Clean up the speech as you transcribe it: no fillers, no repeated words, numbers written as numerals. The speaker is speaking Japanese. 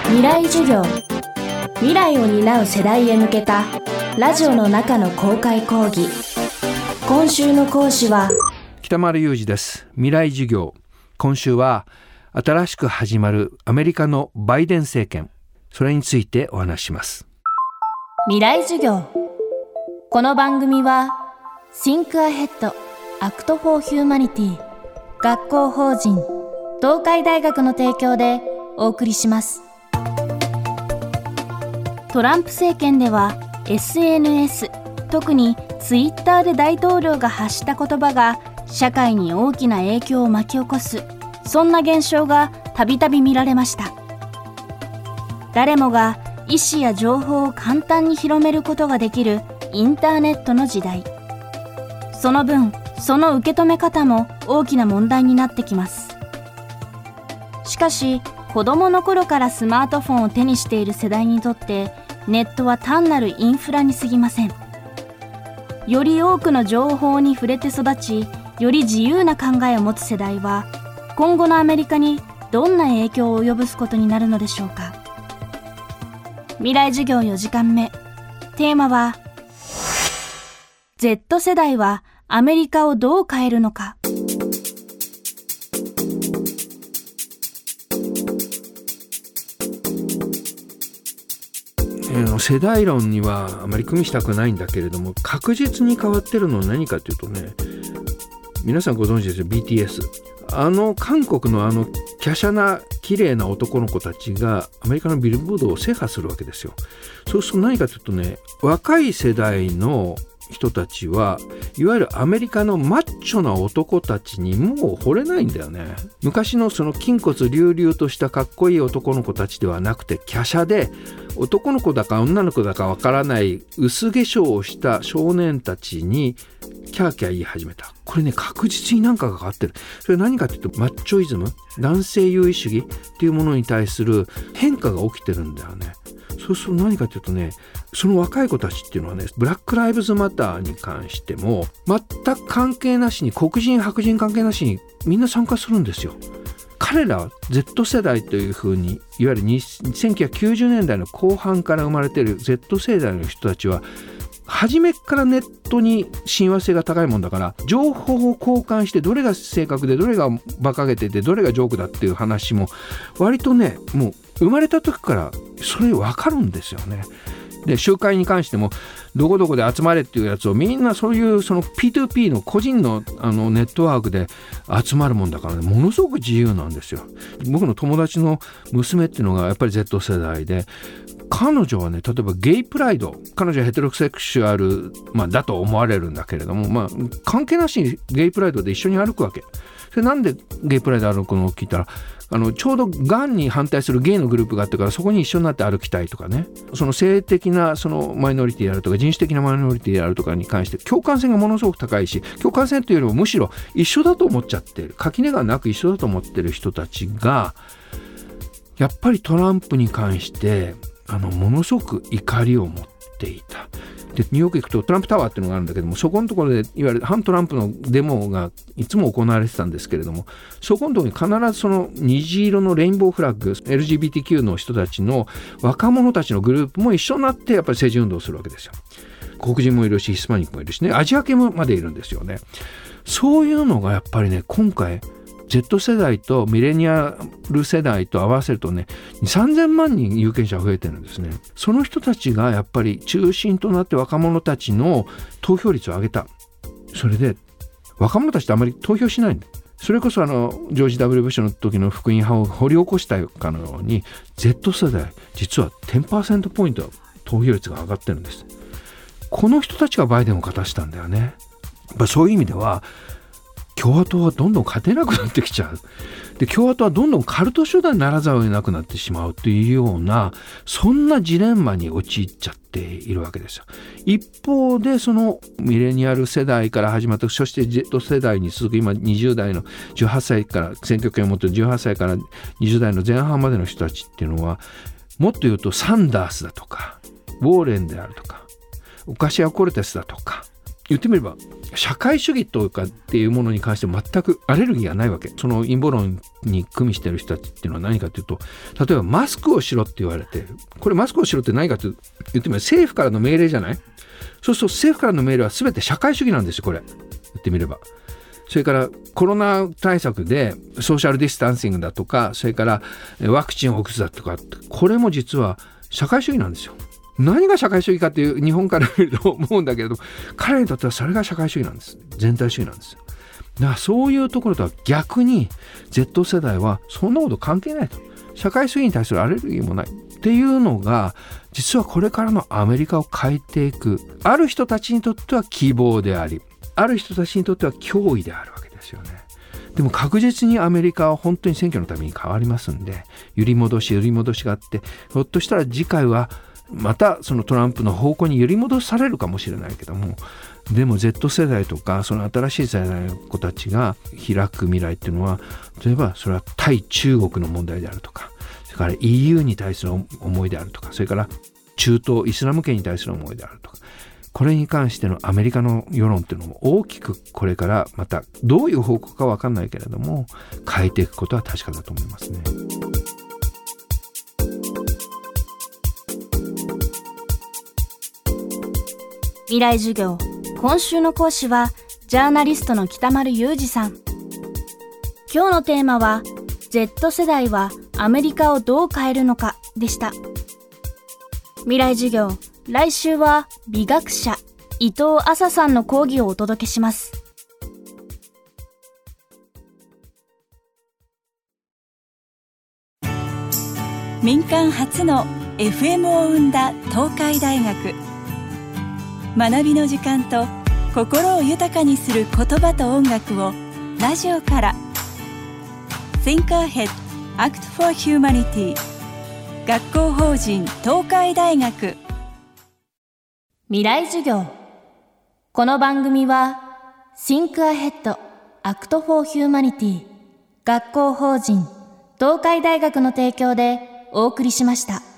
未来授業。未来を担う世代へ向けたラジオの中の公開講義。今週の講師は北丸裕二です。未来授業。今週は新しく始まるアメリカのバイデン政権、それについてお話しします。 未来授業。この番組は Think Ahead Act for Humanity 学校法人東海大学の提供でお送りします。トランプ政権では SNS、 特にツイッターで大統領が発した言葉が社会に大きな影響を巻き起こす、そんな現象がたびたび見られました。誰もが意思や情報を簡単に広めることができるインターネットの時代。その分、その受け止め方も大きな問題になってきます。しかし、子供の頃からスマートフォンを手にしている世代にとってネットは単なるインフラに過ぎません。より多くの情報に触れて育ち、より自由な考えを持つ世代は今後のアメリカにどんな影響を及ぼすことになるのでしょうか。未来授業4時間目、テーマは Z 世代はアメリカをどう変えるのか。 世代論にはあまり組みしたくないんだけれども、確実に変わってるのは何かというとね、皆さんご存知ですよ、 BTS。 韓国の華奢な綺麗な男の子たちがアメリカのビルボードを制覇するわけですよ。そうすると何かというとね、若い世代の人たちはいわゆるアメリカのマッチョな男たちにもう惚れないんだよね。昔のその筋骨隆々としたかっこいい男の子たちではなくて、華奢で男の子だか女の子だかわからない薄化粧をした少年たちにキャーキャー言い始めた。これね、確実に何かが変わってる。それ何かというと、マッチョイズム、男性優位主義っていうものに対する変化が起きてるんだよね。そうすると何かというとね、その若い子たちっていうのはね、ブラックライブズマターに関しても全く関係なしに、黒人白人関係なしにみんな参加するんですよ。彼らは Z 世代というふうに、いわゆる1990年代の後半から生まれている Z 世代の人たちは初めからネットに親和性が高いもんだから、情報を交換してどれが正確でどれが馬鹿げててどれがジョークだっていう話も割とね、もう生まれた時からそれ分かるんですよね。で、集会に関してもどこどこで集まれっていうやつをみんなそういうその P2P の個人のネットワークで集まるもんだからね、ものすごく自由なんですよ。僕の友達の娘っていうのがやっぱり Z 世代で、彼女はね、例えばゲイプライド、彼女はヘテロセクシュアル、だと思われるんだけれども、関係なしにゲイプライドで一緒に歩くわけ。それなんでゲイプライド歩くのを聞いたら、ちょうどがんに反対するゲイのグループがあってから、そこに一緒になって歩きたいとかね、その性的なそのマイノリティであるとか人種的なマイノリティであるとかに関して共感性がものすごく高いし、共感性というよりもむしろ一緒だと思っちゃっている、垣根がなく一緒だと思っている人たちがやっぱりトランプに関してものすごく怒りを持っていた。で、ニューヨーク行くとトランプタワーっていうのがあるんだけども、そこのところでいわゆる反トランプのデモがいつも行われてたんですけれども、そこのところに必ずその虹色のレインボーフラッグ、 LGBTQ の人たちの若者たちのグループも一緒になってやっぱり政治運動をするわけですよ。黒人もいるしヒスパニックもいるしね、アジア系もまでいるんですよね。そういうのがやっぱりね、今回Z 世代とミレニアル世代と合わせるとね、3000万人有権者が増えてるんですね。その人たちがやっぱり中心となって若者たちの投票率を上げた。それで若者たちってあまり投票しないんだ。それこそジョージ W ブッシュの時の福音派を掘り起こしたかのように、 Z 世代実は 10% ポイント投票率が上がってるんです。この人たちがバイデンを勝たしたんだよね。やっぱそういう意味では共和党はどんどん勝てなくなってきちゃう。で、共和党はどんどんカルト集団にならざるを得なくなってしまうというような、そんなジレンマに陥っちゃっているわけですよ。一方でそのミレニアル世代から始まった、そして Z 世代に続く今20代の18歳から選挙権を持っている18歳から20代の前半までの人たちっていうのは、もっと言うとサンダースだとかウォーレンであるとかオカシア・コルテスだとか、 言ってみれば社会主義とかっていうものに関して全くアレルギーがないわけ。その陰謀論に組みしてる人たちっていうのは何かというと、例えばマスクをしろって言われて、これマスクをしろって何かと言ってみれば政府からの命令じゃない。そうすると政府からの命令は全て社会主義なんですよ、これ言ってみれば。それからコロナ対策でソーシャルディスタンシングだとか、それからワクチンを打つだとか、これも実は社会主義なんですよ。何が社会主義かっていう日本から見ると思うんだけれど、彼にとってはそれが社会主義なんです。全体主義なんですよ。だからそういうところとは逆に Z 世代はそんなこと関係ないと。社会主義に対するアレルギーもないっていうのが、実はこれからのアメリカを変えていく、ある人たちにとっては希望であり、ある人たちにとっては脅威であるわけですよね。でも確実にアメリカは本当に選挙のために変わりますんで、揺り戻しがあって、ひょっとしたら次回はまたそのトランプの方向に揺り戻されるかもしれないけども、でも Z 世代とかその新しい世代の子たちが開く未来っていうのは、例えばそれは対中国の問題であるとか、それから EU に対する思いであるとか、それから中東イスラム圏に対する思いであるとか、これに関してのアメリカの世論っていうのも大きくこれからまたどういう方向か分かんないけれども変えていくことは確かだと思いますね。 未来授業、今週の講師はジャーナリストの北丸裕二さん。今日のテーマは Z 世代はアメリカをどう変えるのかでした。未来授業、来週は美学者伊藤麻さんの講義をお届けします。 民間初の FM を生んだ東海大学。学びの時間と心を豊かにする言葉と音楽をラジオから。 Think Ahead Act for Humanity 学校法人東海大学。 未来授業。この番組は Think Ahead Act for Humanity 学校法人東海大学の提供でお送りしました。